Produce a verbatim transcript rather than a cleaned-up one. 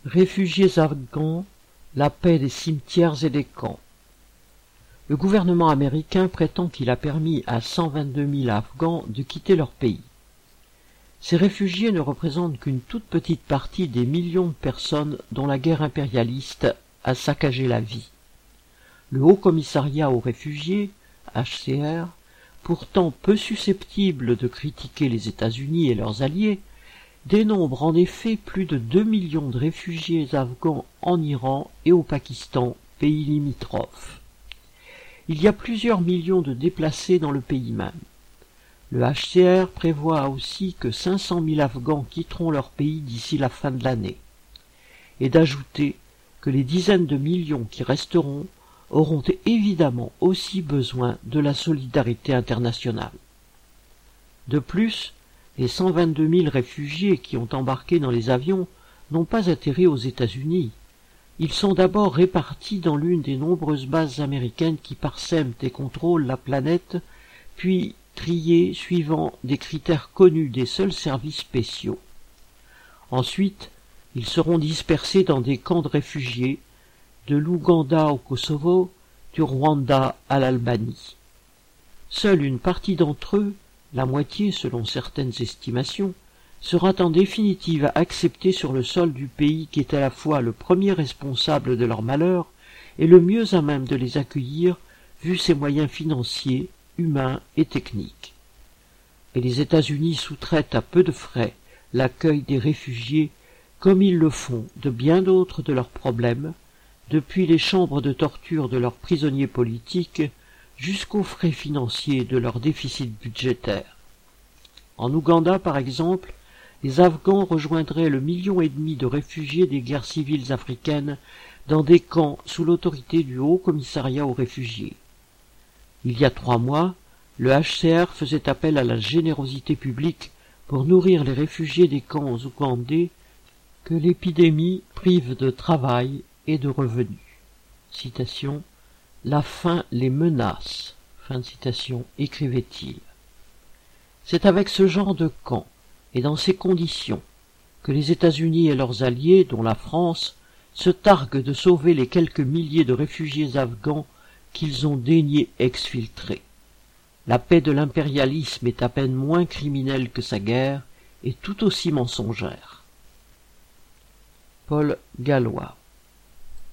Réfugiés afghans, la paix des cimetières et des camps. Le gouvernement américain prétend qu'il a permis à cent vingt-deux mille Afghans de quitter leur pays. Ces réfugiés ne représentent qu'une toute petite partie des millions de personnes dont la guerre impérialiste a saccagé la vie. Le Haut Commissariat aux réfugiés, H C R, pourtant peu susceptible de critiquer les États-Unis et leurs alliés, dénombre en effet plus de deux millions de réfugiés afghans en Iran et au Pakistan, pays limitrophes. Il y a plusieurs millions de déplacés dans le pays même. Le H C R prévoit aussi que cinq cent mille Afghans quitteront leur pays d'ici la fin de l'année, et d'ajouter que les dizaines de millions qui resteront auront évidemment aussi besoin de la solidarité internationale. De plus, les cent vingt-deux mille réfugiés qui ont embarqué dans les avions n'ont pas atterri aux États-Unis. Ils sont d'abord répartis dans l'une des nombreuses bases américaines qui parsèment et contrôlent la planète, puis triés suivant des critères connus des seuls services spéciaux. Ensuite, ils seront dispersés dans des camps de réfugiés, de l'Ouganda au Kosovo, du Rwanda à l'Albanie. Seule une partie d'entre eux, la moitié selon certaines estimations, sera en définitive acceptée sur le sol du pays qui est à la fois le premier responsable de leur malheur et le mieux à même de les accueillir vu ses moyens financiers, humains et techniques. Et les États-Unis sous-traitent à peu de frais l'accueil des réfugiés comme ils le font de bien d'autres de leurs problèmes, depuis les chambres de torture de leurs prisonniers politiques jusqu'aux frais financiers de leur déficit budgétaire. En Ouganda, par exemple, les Afghans rejoindraient le million et demi de réfugiés des guerres civiles africaines dans des camps sous l'autorité du Haut Commissariat aux réfugiés. Il y a trois mois, le H C R faisait appel à la générosité publique pour nourrir les réfugiés des camps ougandais que l'épidémie prive de travail et de revenus. Citation. La faim les menace. Fin de citation, écrivait-il. C'est avec ce genre de camp et dans ces conditions que les États-Unis et leurs alliés, dont la France, se targuent de sauver les quelques milliers de réfugiés afghans qu'ils ont daigné exfiltrer. La paix de l'impérialisme est à peine moins criminelle que sa guerre et tout aussi mensongère. Paul Gallois.